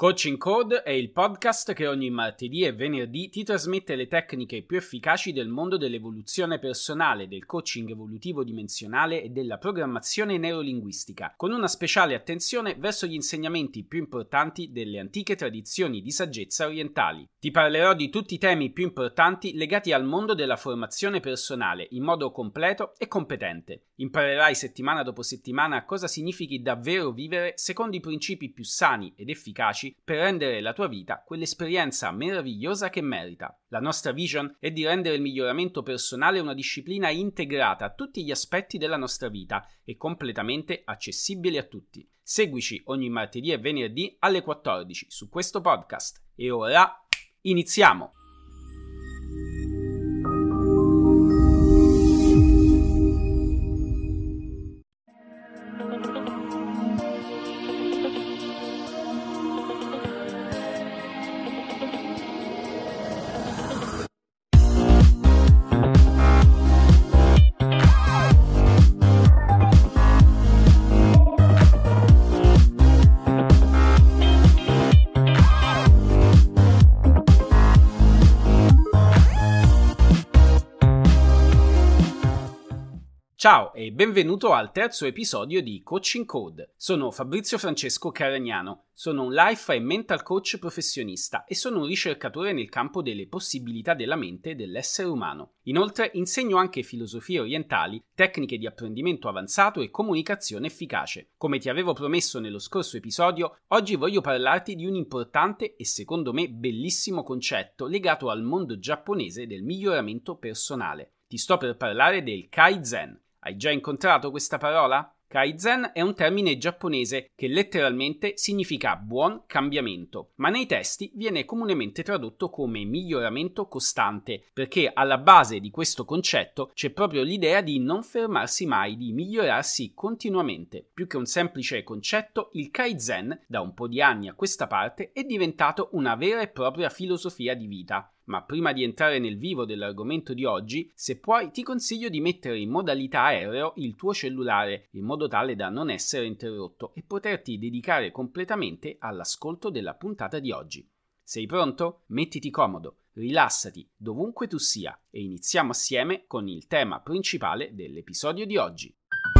Coaching Code è il podcast che ogni martedì e venerdì ti trasmette le tecniche più efficaci del mondo dell'evoluzione personale, del coaching evolutivo dimensionale e della programmazione neurolinguistica, con una speciale attenzione verso gli insegnamenti più importanti delle antiche tradizioni di saggezza orientali. Ti parlerò di tutti i temi più importanti legati al mondo della formazione personale in modo completo e competente. Imparerai settimana dopo settimana cosa significhi davvero vivere secondo i principi più sani ed efficaci per rendere la tua vita quell'esperienza meravigliosa che merita. La nostra vision è di rendere il miglioramento personale una disciplina integrata a tutti gli aspetti della nostra vita e completamente accessibile a tutti. Seguici ogni martedì e venerdì alle 14 su questo podcast. E ora iniziamo! Ciao e benvenuto al terzo episodio di Coaching Code. Sono Fabrizio Francesco Caragnano, sono un life e mental coach professionista e sono un ricercatore nel campo delle possibilità della mente e dell'essere umano. Inoltre insegno anche filosofie orientali, tecniche di apprendimento avanzato e comunicazione efficace. Come ti avevo promesso nello scorso episodio, oggi voglio parlarti di un importante e secondo me bellissimo concetto legato al mondo giapponese del miglioramento personale. Ti sto per parlare del Kaizen. Hai già incontrato questa parola? Kaizen è un termine giapponese che letteralmente significa buon cambiamento, ma nei testi viene comunemente tradotto come miglioramento costante, perché alla base di questo concetto c'è proprio l'idea di non fermarsi mai, di migliorarsi continuamente. Più che un semplice concetto, il Kaizen, da un po' di anni a questa parte, è diventato una vera e propria filosofia di vita. Ma prima di entrare nel vivo dell'argomento di oggi, se puoi ti consiglio di mettere in modalità aereo il tuo cellulare, in modo tale da non essere interrotto e poterti dedicare completamente all'ascolto della puntata di oggi. Sei pronto? Mettiti comodo, rilassati dovunque tu sia e iniziamo assieme con il tema principale dell'episodio di oggi.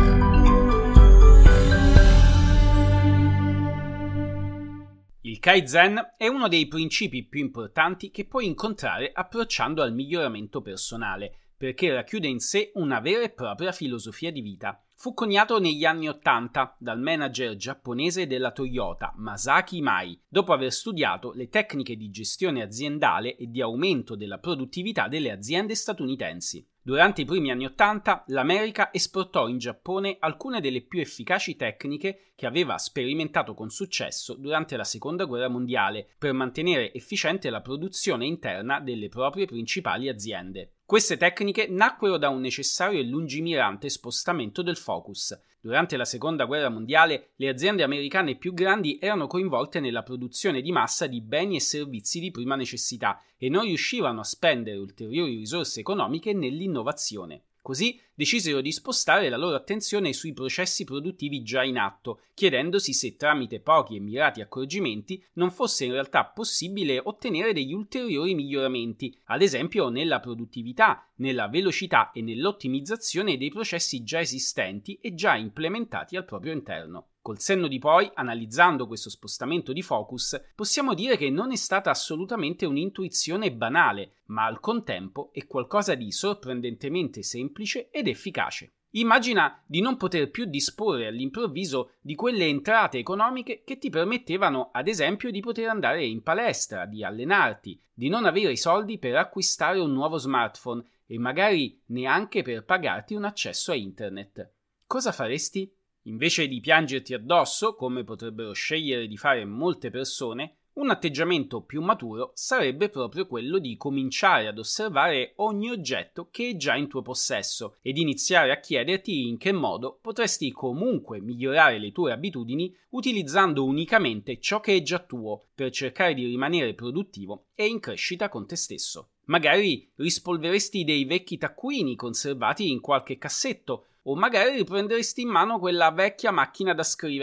Il Kaizen è uno dei principi più importanti che puoi incontrare approcciando al miglioramento personale, perché racchiude in sé una vera e propria filosofia di vita. Fu coniato negli anni '80 dal manager giapponese della Toyota, Masaki Imai, dopo aver studiato le tecniche di gestione aziendale e di aumento della produttività delle aziende statunitensi. Durante i primi anni '80 l'America esportò in Giappone alcune delle più efficaci tecniche che aveva sperimentato con successo durante la Seconda Guerra Mondiale per mantenere efficiente la produzione interna delle proprie principali aziende. Queste tecniche nacquero da un necessario e lungimirante spostamento del focus. Durante la Seconda Guerra Mondiale le aziende americane più grandi erano coinvolte nella produzione di massa di beni e servizi di prima necessità e non riuscivano a spendere ulteriori risorse economiche nell'innovazione. Così decisero di spostare la loro attenzione sui processi produttivi già in atto, chiedendosi se tramite pochi e mirati accorgimenti non fosse in realtà possibile ottenere degli ulteriori miglioramenti, ad esempio nella produttività, nella velocità e nell'ottimizzazione dei processi già esistenti e già implementati al proprio interno. Col senno di poi, analizzando questo spostamento di focus, possiamo dire che non è stata assolutamente un'intuizione banale, ma al contempo è qualcosa di sorprendentemente semplice ed efficace. Immagina di non poter più disporre all'improvviso di quelle entrate economiche che ti permettevano, ad esempio, di poter andare in palestra, di allenarti, di non avere i soldi per acquistare un nuovo smartphone e magari neanche per pagarti un accesso a internet. Cosa faresti? Invece di piangerti addosso, come potrebbero scegliere di fare molte persone, un atteggiamento più maturo sarebbe proprio quello di cominciare ad osservare ogni oggetto che è già in tuo possesso ed iniziare a chiederti in che modo potresti comunque migliorare le tue abitudini utilizzando unicamente ciò che è già tuo per cercare di rimanere produttivo e in crescita con te stesso. Magari rispolveresti dei vecchi taccuini conservati in qualche cassetto o magari riprenderesti in mano quella vecchia macchina da scrivere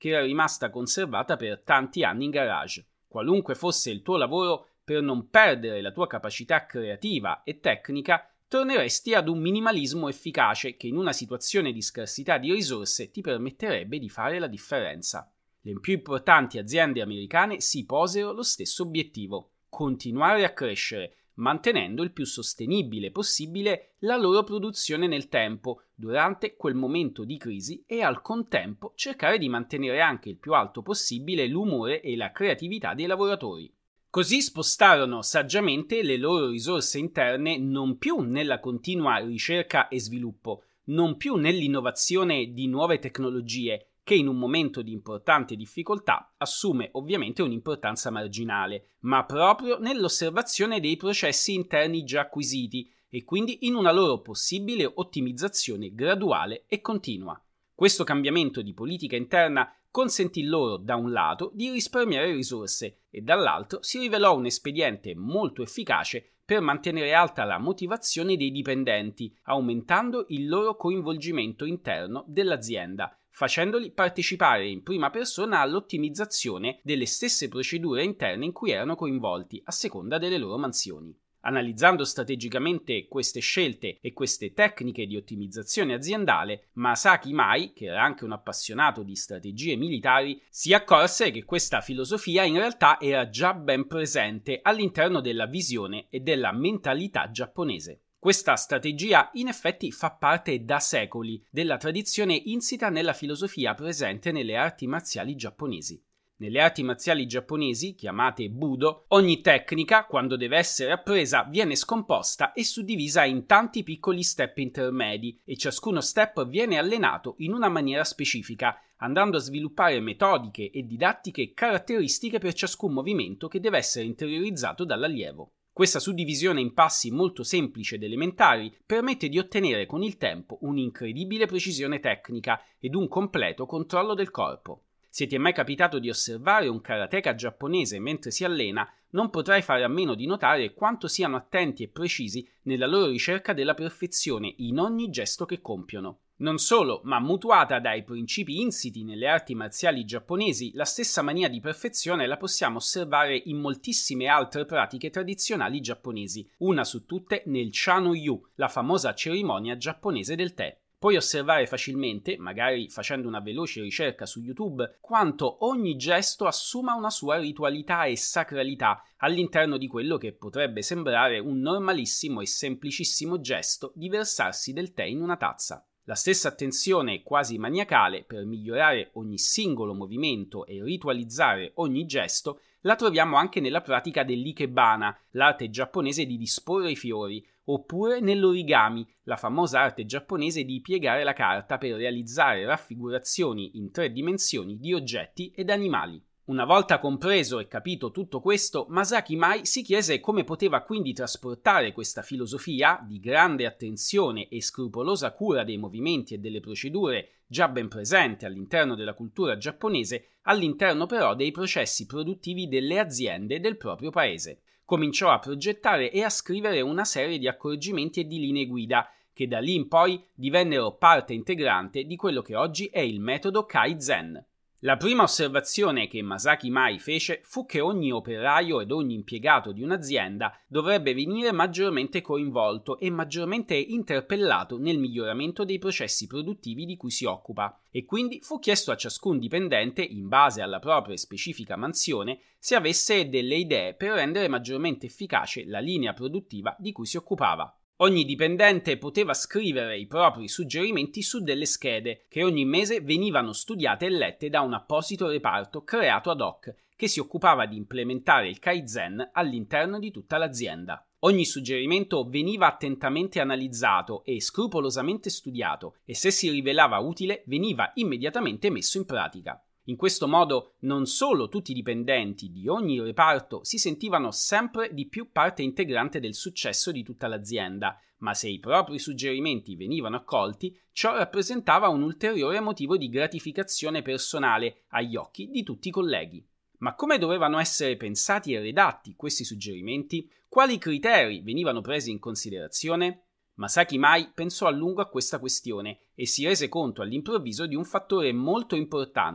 che era rimasta conservata per tanti anni in garage. Qualunque fosse il tuo lavoro, per non perdere la tua capacità creativa e tecnica, torneresti ad un minimalismo efficace che in una situazione di scarsità di risorse ti permetterebbe di fare la differenza. Le più importanti aziende americane si posero lo stesso obiettivo: continuare a crescere, mantenendo il più sostenibile possibile la loro produzione nel tempo, durante quel momento di crisi, e al contempo cercare di mantenere anche il più alto possibile l'umore e la creatività dei lavoratori. Così spostarono saggiamente le loro risorse interne non più nella continua ricerca e sviluppo, non più nell'innovazione di nuove tecnologie, che in un momento di importante difficoltà assume ovviamente un'importanza marginale, ma proprio nell'osservazione dei processi interni già acquisiti e quindi in una loro possibile ottimizzazione graduale e continua. Questo cambiamento di politica interna consentì loro da un lato di risparmiare risorse e dall'altro si rivelò un espediente molto efficace per mantenere alta la motivazione dei dipendenti, aumentando il loro coinvolgimento interno dell'azienda, facendoli partecipare in prima persona all'ottimizzazione delle stesse procedure interne in cui erano coinvolti a seconda delle loro mansioni. Analizzando strategicamente queste scelte e queste tecniche di ottimizzazione aziendale, Masaki Mai, che era anche un appassionato di strategie militari, si accorse che questa filosofia in realtà era già ben presente all'interno della visione e della mentalità giapponese. Questa strategia in effetti fa parte da secoli della tradizione insita nella filosofia presente nelle arti marziali giapponesi. Nelle arti marziali giapponesi, chiamate Budo, ogni tecnica, quando deve essere appresa, viene scomposta e suddivisa in tanti piccoli step intermedi e ciascuno step viene allenato in una maniera specifica, andando a sviluppare metodiche e didattiche caratteristiche per ciascun movimento che deve essere interiorizzato dall'allievo. Questa suddivisione in passi molto semplici ed elementari permette di ottenere con il tempo un'incredibile precisione tecnica ed un completo controllo del corpo. Se ti è mai capitato di osservare un karateka giapponese mentre si allena, non potrai fare a meno di notare quanto siano attenti e precisi nella loro ricerca della perfezione in ogni gesto che compiono. Non solo, ma mutuata dai principi insiti nelle arti marziali giapponesi, la stessa mania di perfezione la possiamo osservare in moltissime altre pratiche tradizionali giapponesi, una su tutte nel Cha-no-yu, la famosa cerimonia giapponese del tè. Puoi osservare facilmente, magari facendo una veloce ricerca su YouTube, quanto ogni gesto assuma una sua ritualità e sacralità all'interno di quello che potrebbe sembrare un normalissimo e semplicissimo gesto di versarsi del tè in una tazza. La stessa attenzione quasi maniacale per migliorare ogni singolo movimento e ritualizzare ogni gesto la troviamo anche nella pratica dell'ikebana, l'arte giapponese di disporre i fiori, oppure nell'origami, la famosa arte giapponese di piegare la carta per realizzare raffigurazioni in 3 dimensioni di oggetti ed animali. Una volta compreso e capito tutto questo, Masaki Mai si chiese come poteva quindi trasportare questa filosofia di grande attenzione e scrupolosa cura dei movimenti e delle procedure già ben presente all'interno della cultura giapponese, all'interno però dei processi produttivi delle aziende del proprio paese. Cominciò a progettare e a scrivere una serie di accorgimenti e di linee guida che da lì in poi divennero parte integrante di quello che oggi è il metodo Kaizen. La prima osservazione che Masaki Mai fece fu che ogni operaio ed ogni impiegato di un'azienda dovrebbe venire maggiormente coinvolto e maggiormente interpellato nel miglioramento dei processi produttivi di cui si occupa, e quindi fu chiesto a ciascun dipendente, in base alla propria specifica mansione, se avesse delle idee per rendere maggiormente efficace la linea produttiva di cui si occupava. Ogni dipendente poteva scrivere i propri suggerimenti su delle schede che ogni mese venivano studiate e lette da un apposito reparto creato ad hoc che si occupava di implementare il Kaizen all'interno di tutta l'azienda. Ogni suggerimento veniva attentamente analizzato e scrupolosamente studiato e se si rivelava utile veniva immediatamente messo in pratica. In questo modo non solo tutti i dipendenti di ogni reparto si sentivano sempre di più parte integrante del successo di tutta l'azienda, ma se i propri suggerimenti venivano accolti, ciò rappresentava un ulteriore motivo di gratificazione personale agli occhi di tutti i colleghi. Ma come dovevano essere pensati e redatti questi suggerimenti? Quali criteri venivano presi in considerazione? Masaki Mai pensò a lungo a questa questione e si rese conto all'improvviso di un fattore molto importante.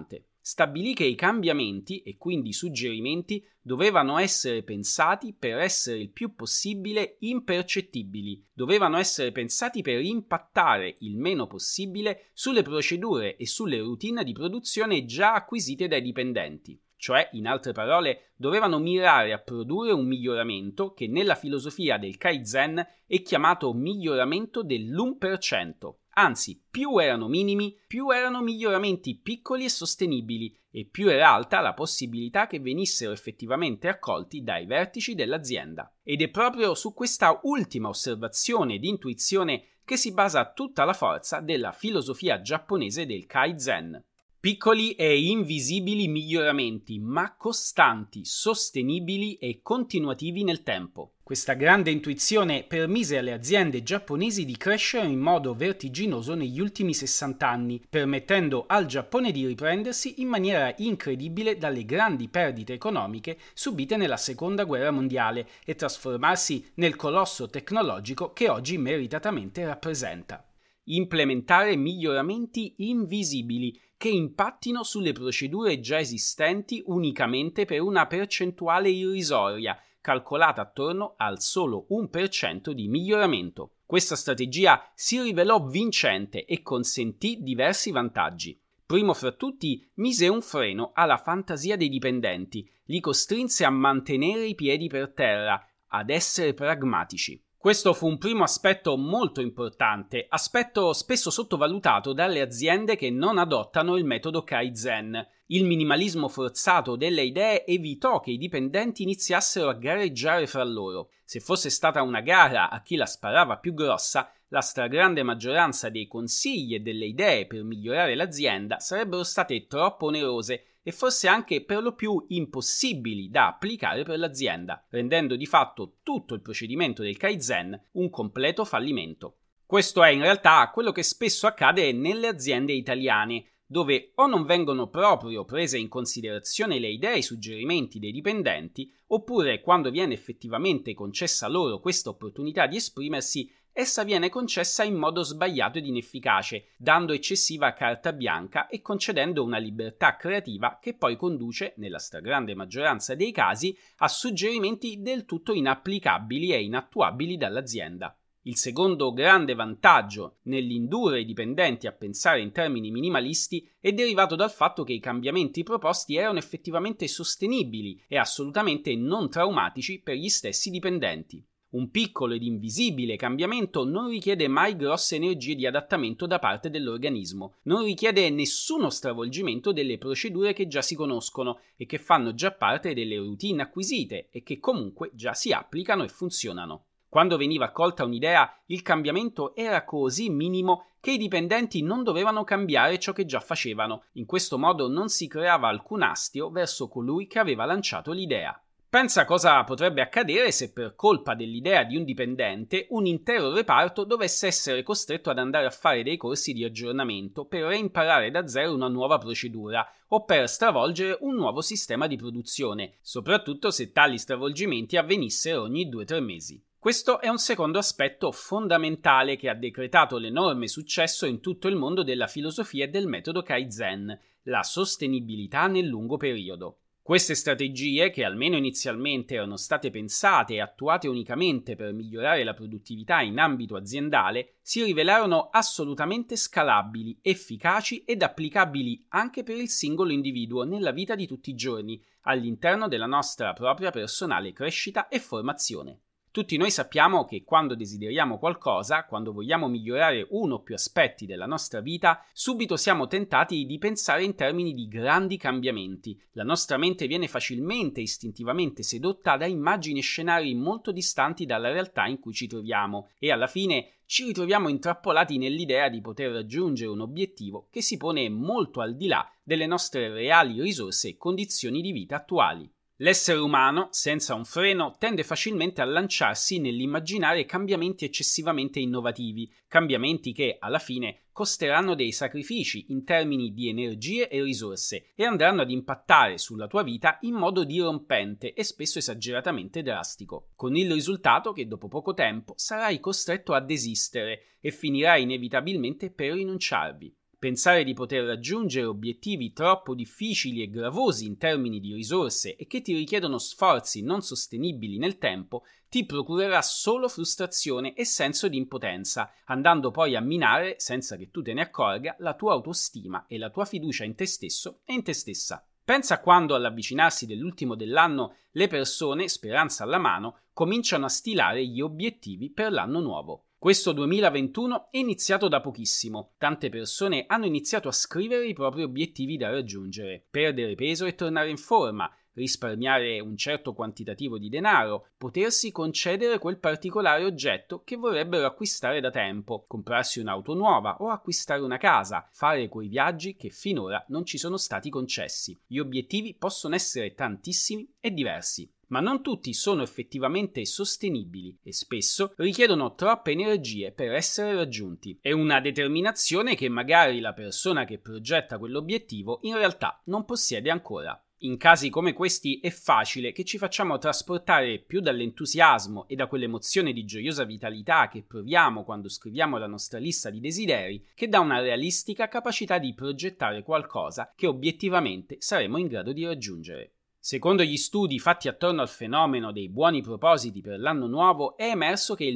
stabilì che i cambiamenti e quindi i suggerimenti dovevano essere pensati per essere il più possibile impercettibili, dovevano essere pensati per impattare il meno possibile sulle procedure e sulle routine di produzione già acquisite dai dipendenti. Cioè, in altre parole, dovevano mirare a produrre un miglioramento che nella filosofia del Kaizen è chiamato miglioramento dell'1%. Anzi, più erano minimi, più erano miglioramenti piccoli e sostenibili, e più era alta la possibilità che venissero effettivamente accolti dai vertici dell'azienda. Ed è proprio su questa ultima osservazione di intuizione che si basa tutta la forza della filosofia giapponese del Kaizen. Piccoli e invisibili miglioramenti, ma costanti, sostenibili e continuativi nel tempo. Questa grande intuizione permise alle aziende giapponesi di crescere in modo vertiginoso negli ultimi 60 anni, permettendo al Giappone di riprendersi in maniera incredibile dalle grandi perdite economiche subite nella Seconda Guerra Mondiale e trasformarsi nel colosso tecnologico che oggi meritatamente rappresenta. Implementare miglioramenti invisibili che impattino sulle procedure già esistenti unicamente per una percentuale irrisoria, calcolata attorno al solo 1% di miglioramento. Questa strategia si rivelò vincente e consentì diversi vantaggi. Primo fra tutti, mise un freno alla fantasia dei dipendenti, li costrinse a mantenere i piedi per terra, ad essere pragmatici. Questo fu un primo aspetto molto importante, aspetto spesso sottovalutato dalle aziende che non adottano il metodo Kaizen. Il minimalismo forzato delle idee evitò che i dipendenti iniziassero a gareggiare fra loro. Se fosse stata una gara a chi la sparava più grossa, la stragrande maggioranza dei consigli e delle idee per migliorare l'azienda sarebbero state troppo onerose e forse anche per lo più impossibili da applicare per l'azienda, rendendo di fatto tutto il procedimento del Kaizen un completo fallimento. Questo è in realtà quello che spesso accade nelle aziende italiane, dove o non vengono proprio prese in considerazione le idee e i suggerimenti dei dipendenti, oppure quando viene effettivamente concessa loro questa opportunità di esprimersi, essa viene concessa in modo sbagliato ed inefficace, dando eccessiva carta bianca e concedendo una libertà creativa che poi conduce, nella stragrande maggioranza dei casi, a suggerimenti del tutto inapplicabili e inattuabili dall'azienda. Il secondo grande vantaggio nell'indurre i dipendenti a pensare in termini minimalisti è derivato dal fatto che i cambiamenti proposti erano effettivamente sostenibili e assolutamente non traumatici per gli stessi dipendenti. Un piccolo ed invisibile cambiamento non richiede mai grosse energie di adattamento da parte dell'organismo, non richiede nessuno stravolgimento delle procedure che già si conoscono e che fanno già parte delle routine acquisite e che comunque già si applicano e funzionano. Quando veniva accolta un'idea, il cambiamento era così minimo che i dipendenti non dovevano cambiare ciò che già facevano. In questo modo non si creava alcun astio verso colui che aveva lanciato l'idea. Pensa cosa potrebbe accadere se per colpa dell'idea di un dipendente un intero reparto dovesse essere costretto ad andare a fare dei corsi di aggiornamento per reimparare da zero una nuova procedura o per stravolgere un nuovo sistema di produzione, soprattutto se tali stravolgimenti avvenissero ogni 2-3 mesi. Questo è un secondo aspetto fondamentale che ha decretato l'enorme successo in tutto il mondo della filosofia e del metodo Kaizen, la sostenibilità nel lungo periodo. Queste strategie, che almeno inizialmente erano state pensate e attuate unicamente per migliorare la produttività in ambito aziendale, si rivelarono assolutamente scalabili, efficaci ed applicabili anche per il singolo individuo nella vita di tutti i giorni, all'interno della nostra propria personale crescita e formazione. Tutti noi sappiamo che quando desideriamo qualcosa, quando vogliamo migliorare uno o più aspetti della nostra vita, subito siamo tentati di pensare in termini di grandi cambiamenti. La nostra mente viene facilmente e istintivamente sedotta da immagini e scenari molto distanti dalla realtà in cui ci troviamo e alla fine ci ritroviamo intrappolati nell'idea di poter raggiungere un obiettivo che si pone molto al di là delle nostre reali risorse e condizioni di vita attuali. L'essere umano, senza un freno, tende facilmente a lanciarsi nell'immaginare cambiamenti eccessivamente innovativi, cambiamenti che, alla fine, costeranno dei sacrifici in termini di energie e risorse e andranno ad impattare sulla tua vita in modo dirompente e spesso esageratamente drastico, con il risultato che dopo poco tempo sarai costretto a desistere e finirai inevitabilmente per rinunciarvi. Pensare di poter raggiungere obiettivi troppo difficili e gravosi in termini di risorse e che ti richiedono sforzi non sostenibili nel tempo ti procurerà solo frustrazione e senso di impotenza, andando poi a minare, senza che tu te ne accorga, la tua autostima e la tua fiducia in te stesso e in te stessa. Pensa a quando, all'avvicinarsi dell'ultimo dell'anno, le persone, speranza alla mano, cominciano a stilare gli obiettivi per l'anno nuovo. Questo 2021 è iniziato da pochissimo. Tante persone hanno iniziato a scrivere i propri obiettivi da raggiungere: perdere peso e tornare in forma, risparmiare un certo quantitativo di denaro, potersi concedere quel particolare oggetto che vorrebbero acquistare da tempo, comprarsi un'auto nuova o acquistare una casa, fare quei viaggi che finora non ci sono stati concessi. Gli obiettivi possono essere tantissimi e diversi, ma non tutti sono effettivamente sostenibili e spesso richiedono troppe energie per essere raggiunti. È una determinazione che magari la persona che progetta quell'obiettivo in realtà non possiede ancora. In casi come questi è facile che ci facciamo trasportare più dall'entusiasmo e da quell'emozione di gioiosa vitalità che proviamo quando scriviamo la nostra lista di desideri, che da una realistica capacità di progettare qualcosa che obiettivamente saremo in grado di raggiungere. Secondo gli studi fatti attorno al fenomeno dei buoni propositi per l'anno nuovo, è emerso che il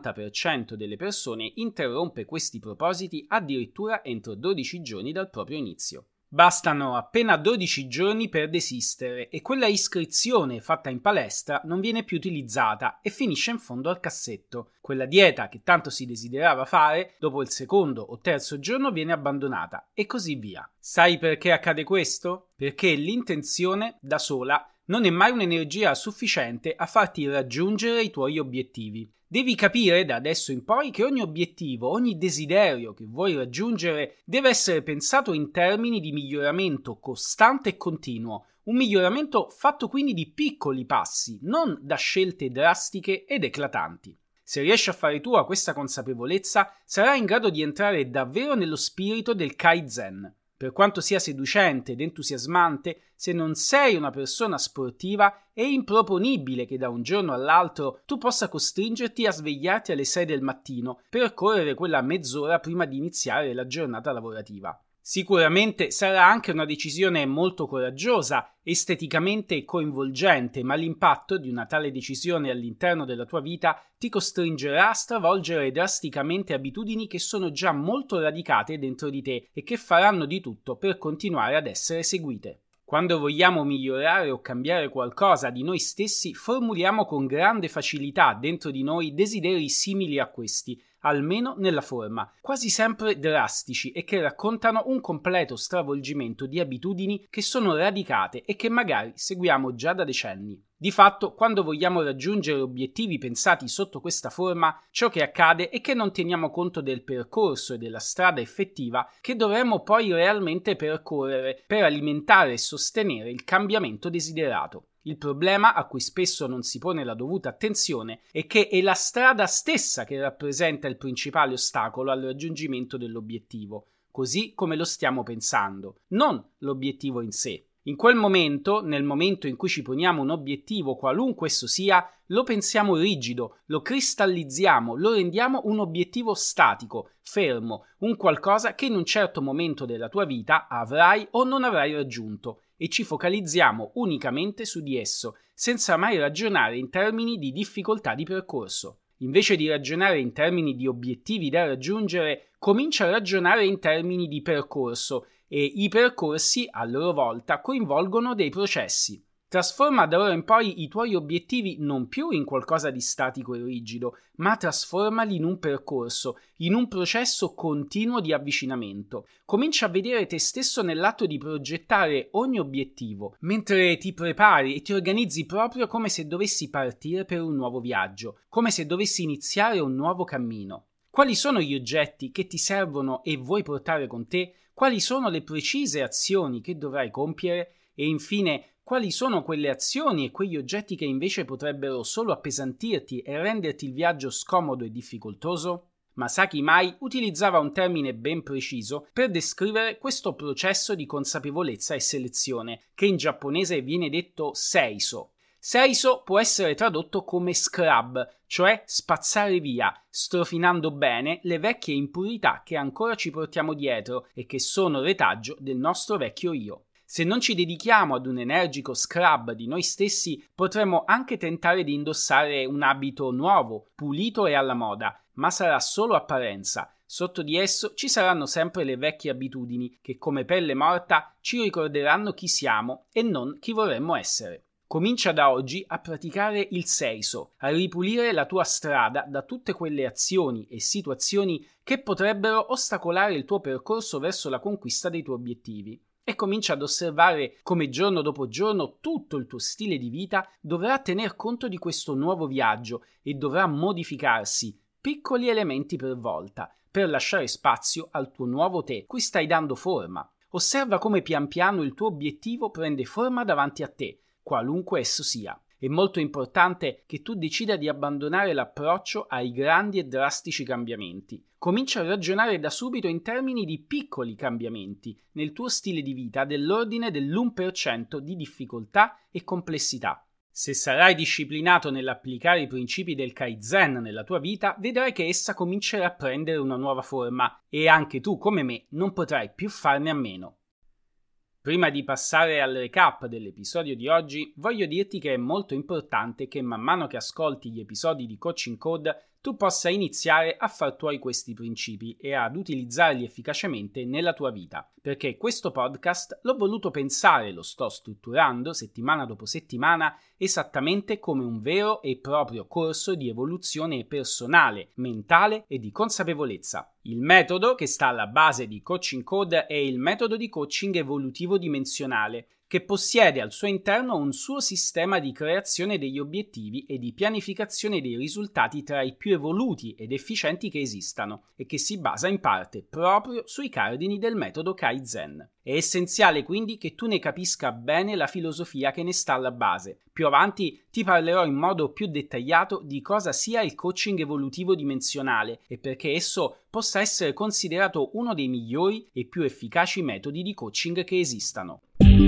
90% delle persone interrompe questi propositi addirittura entro 12 giorni dal proprio inizio. Bastano appena 12 giorni per desistere e quella iscrizione fatta in palestra non viene più utilizzata e finisce in fondo al cassetto. Quella dieta che tanto si desiderava fare, dopo il secondo o terzo giorno viene abbandonata e così via. Sai perché accade questo? Perché l'intenzione da sola non è mai un'energia sufficiente a farti raggiungere i tuoi obiettivi. Devi capire da adesso in poi che ogni obiettivo, ogni desiderio che vuoi raggiungere deve essere pensato in termini di miglioramento costante e continuo, un miglioramento fatto quindi di piccoli passi, non da scelte drastiche ed eclatanti. Se riesci a fare tua questa consapevolezza, sarai in grado di entrare davvero nello spirito del Kaizen. Per quanto sia seducente ed entusiasmante, se non sei una persona sportiva, è improponibile che da un giorno all'altro tu possa costringerti a svegliarti alle 6 del mattino per correre quella mezz'ora prima di iniziare la giornata lavorativa. Sicuramente sarà anche una decisione molto coraggiosa, esteticamente coinvolgente, ma l'impatto di una tale decisione all'interno della tua vita ti costringerà a stravolgere drasticamente abitudini che sono già molto radicate dentro di te e che faranno di tutto per continuare ad essere seguite. Quando vogliamo migliorare o cambiare qualcosa di noi stessi, formuliamo con grande facilità dentro di noi desideri simili a questi, almeno nella forma, quasi sempre drastici e che raccontano un completo stravolgimento di abitudini che sono radicate e che magari seguiamo già da decenni. Di fatto, quando vogliamo raggiungere obiettivi pensati sotto questa forma, ciò che accade è che non teniamo conto del percorso e della strada effettiva che dovremmo poi realmente percorrere per alimentare e sostenere il cambiamento desiderato. Il problema, a cui spesso non si pone la dovuta attenzione, è che è la strada stessa che rappresenta il principale ostacolo al raggiungimento dell'obiettivo, così come lo stiamo pensando, non l'obiettivo in sé. In quel momento, nel momento in cui ci poniamo un obiettivo, qualunque esso sia, lo pensiamo rigido, lo cristallizziamo, lo rendiamo un obiettivo statico, fermo, un qualcosa che in un certo momento della tua vita avrai o non avrai raggiunto, e ci focalizziamo unicamente su di esso, senza mai ragionare in termini di difficoltà di percorso. Invece di ragionare in termini di obiettivi da raggiungere, comincia a ragionare in termini di percorso, e i percorsi, a loro volta, coinvolgono dei processi. Trasforma da ora in poi i tuoi obiettivi non più in qualcosa di statico e rigido, ma trasformali in un percorso, in un processo continuo di avvicinamento. Comincia a vedere te stesso nell'atto di progettare ogni obiettivo, mentre ti prepari e ti organizzi proprio come se dovessi partire per un nuovo viaggio, come se dovessi iniziare un nuovo cammino. Quali sono gli oggetti che ti servono e vuoi portare con te? Quali sono le precise azioni che dovrai compiere? E infine, quali sono quelle azioni e quegli oggetti che invece potrebbero solo appesantirti e renderti il viaggio scomodo e difficoltoso? Masaki Mai utilizzava un termine ben preciso per descrivere questo processo di consapevolezza e selezione, che in giapponese viene detto seiso. Seiso può essere tradotto come scrub, cioè spazzare via, strofinando bene le vecchie impurità che ancora ci portiamo dietro e che sono retaggio del nostro vecchio io. Se non ci dedichiamo ad un energico scrub di noi stessi, potremmo anche tentare di indossare un abito nuovo, pulito e alla moda, ma sarà solo apparenza. Sotto di esso ci saranno sempre le vecchie abitudini che, come pelle morta, ci ricorderanno chi siamo e non chi vorremmo essere. Comincia da oggi a praticare il seiso, a ripulire la tua strada da tutte quelle azioni e situazioni che potrebbero ostacolare il tuo percorso verso la conquista dei tuoi obiettivi. E comincia ad osservare come giorno dopo giorno tutto il tuo stile di vita dovrà tener conto di questo nuovo viaggio e dovrà modificarsi, piccoli elementi per volta, per lasciare spazio al tuo nuovo te, cui stai dando forma. Osserva come pian piano il tuo obiettivo prende forma davanti a te, qualunque esso sia. È molto importante che tu decida di abbandonare l'approccio ai grandi e drastici cambiamenti. Comincia a ragionare da subito in termini di piccoli cambiamenti nel tuo stile di vita dell'ordine dell'1% di difficoltà e complessità. Se sarai disciplinato nell'applicare i principi del Kaizen nella tua vita, vedrai che essa comincerà a prendere una nuova forma e anche tu, come me, non potrai più farne a meno. Prima di passare al recap dell'episodio di oggi, voglio dirti che è molto importante che man mano che ascolti gli episodi di Coaching Code tu possa iniziare a far tuoi questi principi e ad utilizzarli efficacemente nella tua vita, perché questo podcast l'ho voluto pensare, lo sto strutturando settimana dopo settimana esattamente come un vero e proprio corso di evoluzione personale, mentale e di consapevolezza. Il metodo che sta alla base di Coaching Code è il metodo di coaching evolutivo dimensionale, che possiede al suo interno un suo sistema di creazione degli obiettivi e di pianificazione dei risultati tra i più evoluti ed efficienti che esistano e che si basa in parte proprio sui cardini del metodo Kaizen. È essenziale quindi che tu ne capisca bene la filosofia che ne sta alla base. Più avanti ti parlerò in modo più dettagliato di cosa sia il coaching evolutivo dimensionale e perché esso possa essere considerato uno dei migliori e più efficaci metodi di coaching che esistano.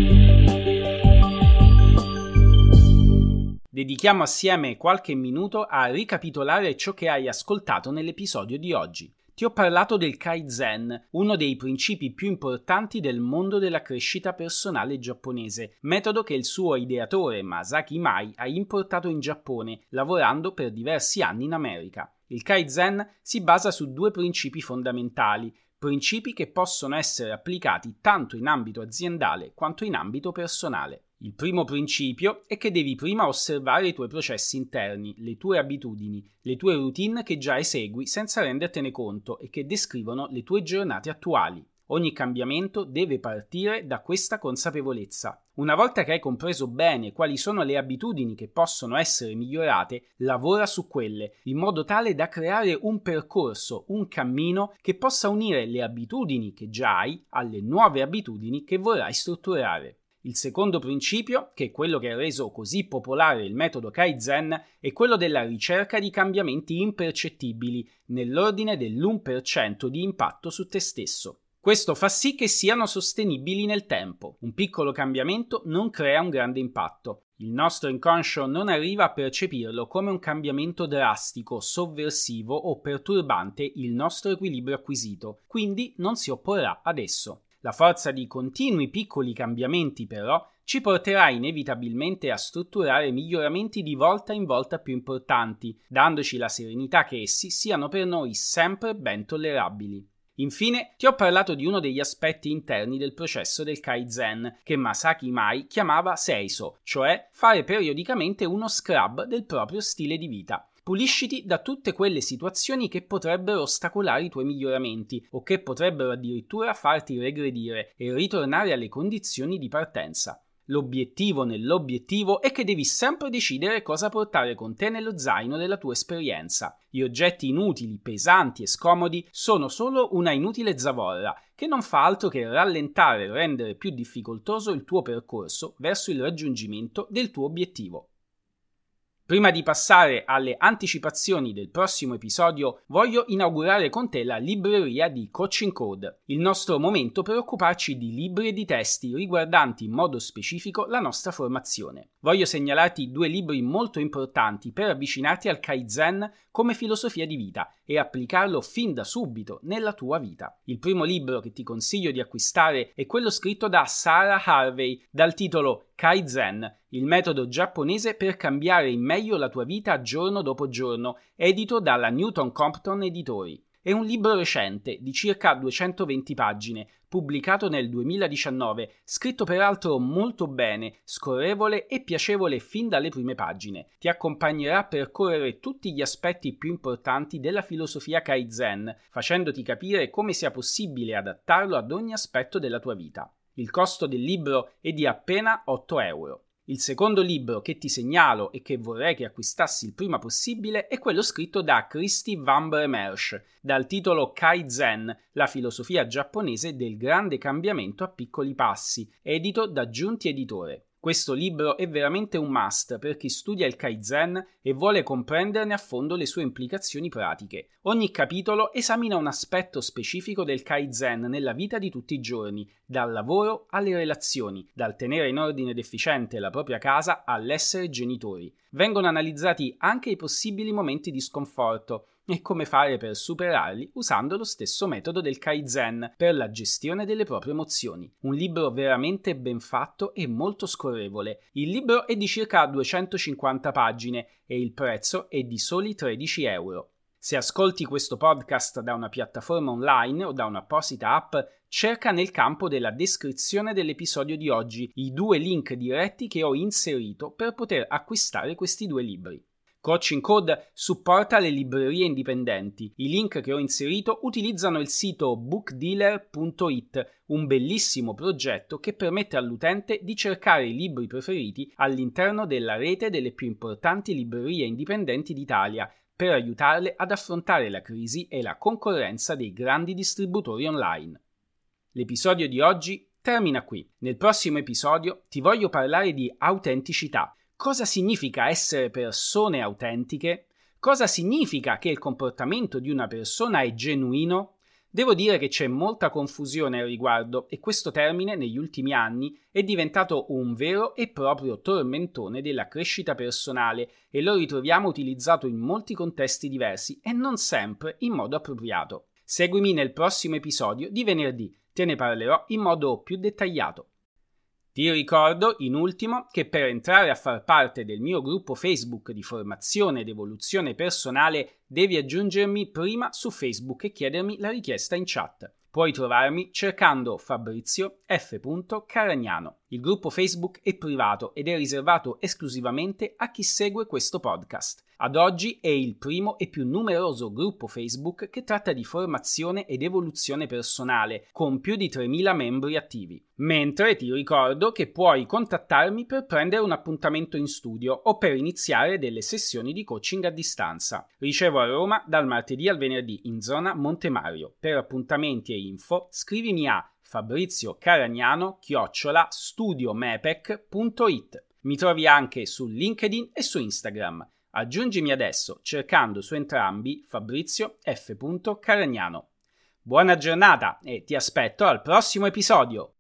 Dedichiamo assieme qualche minuto a ricapitolare ciò che hai ascoltato nell'episodio di oggi. Ti ho parlato del Kaizen, uno dei principi più importanti del mondo della crescita personale giapponese, metodo che il suo ideatore Masaaki Imai ha importato in Giappone, lavorando per diversi anni in America. Il Kaizen si basa su due principi fondamentali, principi che possono essere applicati tanto in ambito aziendale quanto in ambito personale. Il primo principio è che devi prima osservare i tuoi processi interni, le tue abitudini, le tue routine che già esegui senza rendertene conto e che descrivono le tue giornate attuali. Ogni cambiamento deve partire da questa consapevolezza. Una volta che hai compreso bene quali sono le abitudini che possono essere migliorate, lavora su quelle, in modo tale da creare un percorso, un cammino che possa unire le abitudini che già hai alle nuove abitudini che vorrai strutturare. Il secondo principio, che è quello che ha reso così popolare il metodo Kaizen, è quello della ricerca di cambiamenti impercettibili, nell'ordine dell'1% di impatto su te stesso. Questo fa sì che siano sostenibili nel tempo. Un piccolo cambiamento non crea un grande impatto. Il nostro inconscio non arriva a percepirlo come un cambiamento drastico, sovversivo o perturbante il nostro equilibrio acquisito, quindi non si opporrà ad esso. La forza di continui piccoli cambiamenti, però, ci porterà inevitabilmente a strutturare miglioramenti di volta in volta più importanti, dandoci la serenità che essi siano per noi sempre ben tollerabili. Infine, ti ho parlato di uno degli aspetti interni del processo del Kaizen, che Masaaki Imai chiamava seiso, cioè fare periodicamente uno scrub del proprio stile di vita. Pulisciti da tutte quelle situazioni che potrebbero ostacolare i tuoi miglioramenti o che potrebbero addirittura farti regredire e ritornare alle condizioni di partenza. L'obiettivo nell'obiettivo è che devi sempre decidere cosa portare con te nello zaino della tua esperienza. Gli oggetti inutili, pesanti e scomodi sono solo una inutile zavorra che non fa altro che rallentare e rendere più difficoltoso il tuo percorso verso il raggiungimento del tuo obiettivo. Prima di passare alle anticipazioni del prossimo episodio, voglio inaugurare con te la libreria di Coaching Code, il nostro momento per occuparci di libri e di testi riguardanti in modo specifico la nostra formazione. Voglio segnalarti 2 libri molto importanti per avvicinarti al Kaizen come filosofia di vita e applicarlo fin da subito nella tua vita. Il primo libro che ti consiglio di acquistare è quello scritto da Sarah Harvey dal titolo Kaizen, il metodo giapponese per cambiare in meglio la tua vita giorno dopo giorno, edito dalla Newton Compton Editori. È un libro recente, di circa 220 pagine, pubblicato nel 2019, scritto peraltro molto bene, scorrevole e piacevole fin dalle prime pagine. Ti accompagnerà a percorrere tutti gli aspetti più importanti della filosofia Kaizen, facendoti capire come sia possibile adattarlo ad ogni aspetto della tua vita. Il costo del libro è di appena 8 euro. Il secondo libro che ti segnalo e che vorrei che acquistassi il prima possibile è quello scritto da Christy Van Bremersch, dal titolo Kaizen, la filosofia giapponese del grande cambiamento a piccoli passi, edito da Giunti Editore. Questo libro è veramente un must per chi studia il Kaizen e vuole comprenderne a fondo le sue implicazioni pratiche. Ogni capitolo esamina un aspetto specifico del Kaizen nella vita di tutti i giorni, dal lavoro alle relazioni, dal tenere in ordine ed efficiente la propria casa all'essere genitori. Vengono analizzati anche i possibili momenti di sconforto e come fare per superarli usando lo stesso metodo del Kaizen per la gestione delle proprie emozioni. Un libro veramente ben fatto e molto scorrevole. Il libro è di circa 250 pagine e il prezzo è di soli 13 euro. Se ascolti questo podcast da una piattaforma online o da un'apposita app, cerca nel campo della descrizione dell'episodio di oggi i 2 link diretti che ho inserito per poter acquistare questi 2 libri. Coaching Code supporta le librerie indipendenti. I link che ho inserito utilizzano il sito bookdealer.it, un bellissimo progetto che permette all'utente di cercare i libri preferiti all'interno della rete delle più importanti librerie indipendenti d'Italia, per aiutarle ad affrontare la crisi e la concorrenza dei grandi distributori online. L'episodio di oggi termina qui. Nel prossimo episodio ti voglio parlare di autenticità. Cosa significa essere persone autentiche? Cosa significa che il comportamento di una persona è genuino? Devo dire che c'è molta confusione al riguardo e questo termine negli ultimi anni è diventato un vero e proprio tormentone della crescita personale e lo ritroviamo utilizzato in molti contesti diversi e non sempre in modo appropriato. Seguimi nel prossimo episodio di venerdì, te ne parlerò in modo più dettagliato. Ti ricordo, in ultimo, che per entrare a far parte del mio gruppo Facebook di formazione ed evoluzione personale devi aggiungermi prima su Facebook e chiedermi la richiesta in chat. Puoi trovarmi cercando Fabrizio F. Caragnano. Il gruppo Facebook è privato ed è riservato esclusivamente a chi segue questo podcast. Ad oggi è il primo e più numeroso gruppo Facebook che tratta di formazione ed evoluzione personale, con più di 3.000 membri attivi. Mentre ti ricordo che puoi contattarmi per prendere un appuntamento in studio o per iniziare delle sessioni di coaching a distanza. Ricevo a Roma dal martedì al venerdì in zona Monte Mario. Per appuntamenti e info scrivimi a fabrizio-caragnano@studiomepec.it. Mi trovi anche su LinkedIn e su Instagram. Aggiungimi adesso cercando su entrambi Fabrizio F. Caragnano. Buona giornata e ti aspetto al prossimo episodio!